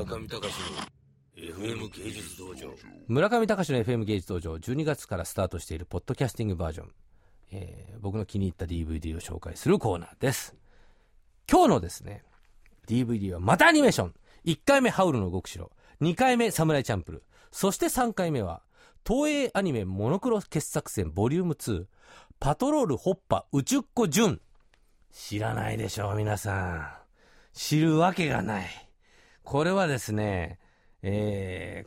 村上隆の FM 芸術道場。 村上隆の FM 芸術道場、12月からスタートしているポッドキャスティングバージョン、僕の気に入った DVD を紹介するコーナーです。今日のですね DVD はまたアニメーション。1回目ハウルの動く城、2回目サムライチャンプル、そして3回目は東映アニメモノクロ傑作選ボリューム2、パトロールホッパ宇宙っ子ジュン。知らないでしょう皆さん。知るわけがない。これはですね、これ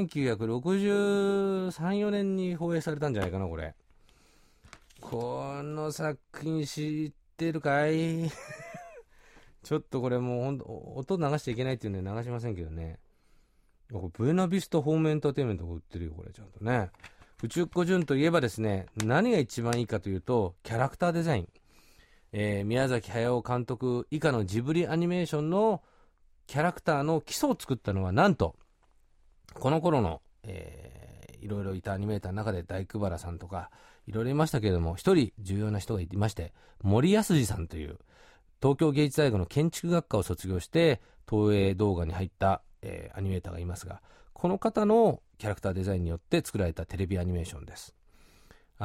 1963、4年に放映されたんじゃないかな。この作品知ってるかいちょっとこれもうほんと音流しちゃいけないっていうんで流しませんけどね。ブエナビスタホームエンターテインメントが売ってるよこれちゃんとね。宇宙っ子ジュンといえばですね、何が一番いいかというとキャラクターデザイン。宮崎駿監督以下のジブリアニメーションのキャラクターの基礎を作ったのはなんとこの頃の、いろいろいたアニメーターの中で大工原さんとかいろいろいましたけれども、一人重要な人がいまして、森安二さんという東京芸術大学の建築学科を卒業して東映動画に入った、アニメーターがいますが、この方のキャラクターデザインによって作られたテレビアニメーションです。ホ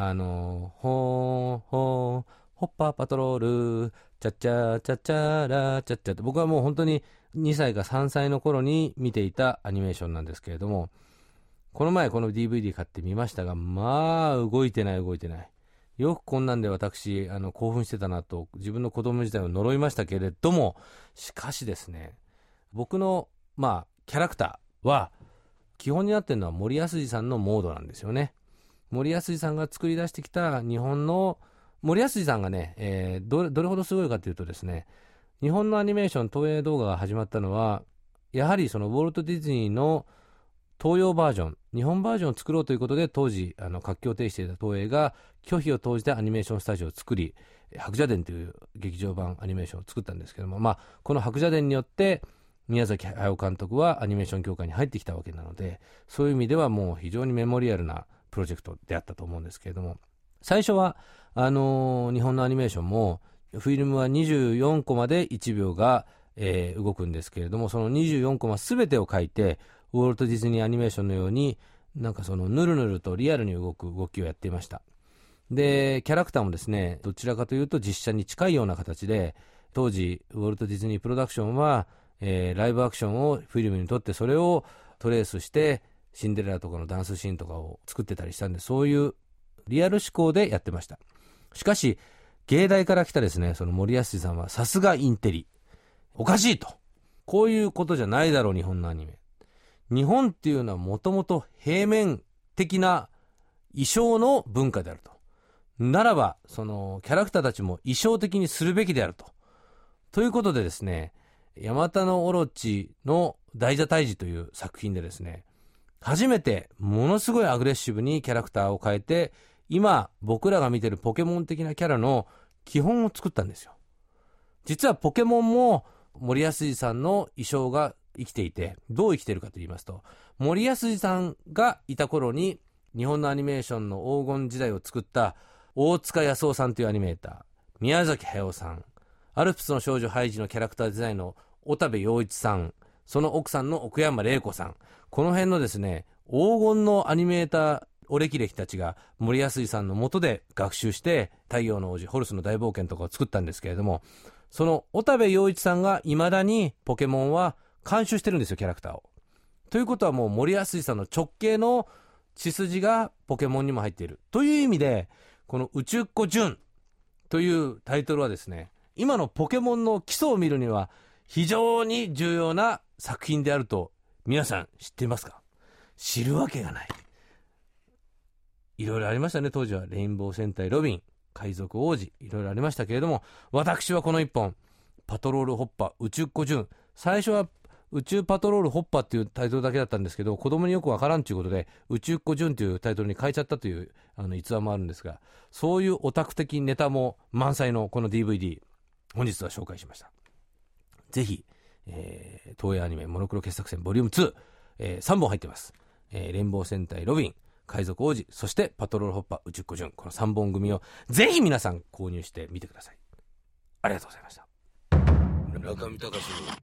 ッパーパトロールチャッチャーチャッチャーラチャッチャーって、僕はもう本当に2歳か3歳の頃に見ていたアニメーションなんですけれども、この前この DVD 買ってみましたが、まあ動いてない。よくこんなんで私興奮してたなと自分の子供時代を呪いましたけれども、しかしですね、僕のキャラクターは基本になってるのは森安二さんのモードなんですよね。森安二さんが作り出してきた日本の、森安二さんがね、どれほどすごいかというとですね、日本のアニメーション東映動画が始まったのはやはりそのウォルト・ディズニーの東洋バージョン、日本バージョンを作ろうということで、当時活況を呈していた東映が拒否を投じてアニメーションスタジオを作り、白蛇伝という劇場版アニメーションを作ったんですけども、この白蛇伝によって宮崎駿監督はアニメーション協会に入ってきたわけなので、そういう意味ではもう非常にメモリアルなプロジェクトであったと思うんですけれども、最初は日本のアニメーションもフィルムは24コマで1秒が、動くんですけれども、その24コマ全てを書いてウォルト・ディズニーアニメーションのようになんかそのヌルヌルとリアルに動く動きをやっていました。でキャラクターもですね、どちらかというと実写に近いような形で、当時ウォルト・ディズニープロダクションは、ライブアクションをフィルムに撮ってそれをトレースしてシンデレラとかのダンスシーンとかを作ってたりしたんで、そういうリアル思考でやってました。しかし芸大から来たですね、その森安さんはさすがインテリ、おかしいと、こういうことじゃないだろう日本のアニメ。日本っていうのはもともと平面的な衣装の文化であると。ならばそのキャラクターたちも衣装的にするべきであると。ということでですね、ヤマタノオロチの大蛇退治という作品でですね、初めてものすごいアグレッシブにキャラクターを変えて、今僕らが見てるポケモン的なキャラの基本を作ったんですよ。実はポケモンも森安二さんの衣装が生きていて、どう生きてるかと言いますと、森安二さんがいた頃に日本のアニメーションの黄金時代を作った大塚康夫さんというアニメーター、宮崎駿さん、アルプスの少女ハイジのキャラクターデザインの小田部陽一さん、その奥さんの奥山玲子さん、この辺のですね黄金のアニメーターお歴々たちが森安二さんの下で学習して太陽の王子、ホルスの大冒険とかを作ったんですけれども、その小田部陽一さんがいまだにポケモンは監修してるんですよ、キャラクターを。ということはもう森安二さんの直系の血筋がポケモンにも入っているという意味で、この宇宙っ子ジュンというタイトルはですね、今のポケモンの基礎を見るには非常に重要な作品であると皆さん知っていますか？知るわけがない。いろいろありましたね、当時は。レインボー戦隊ロビン、海賊王子、いろいろありましたけれども、私はこの一本パトロールホッパ宇宙っ子ジュン、最初は宇宙パトロールホッパっていうタイトルだけだったんですけど、子供によくわからんということで宇宙っ子ジュンというタイトルに変えちゃったという逸話もあるんですが、そういうオタク的ネタも満載のこの DVD、 本日は紹介しました。ぜひ、東映アニメモノクロ傑作選ボリューム2、3本入ってます。レインボー戦隊ロビン、海賊王子、そしてパトロールホッパ宇宙っ子ジュン、この3本組をぜひ皆さん購入してみてください。ありがとうございました。 村上隆の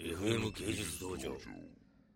FM 芸術道場。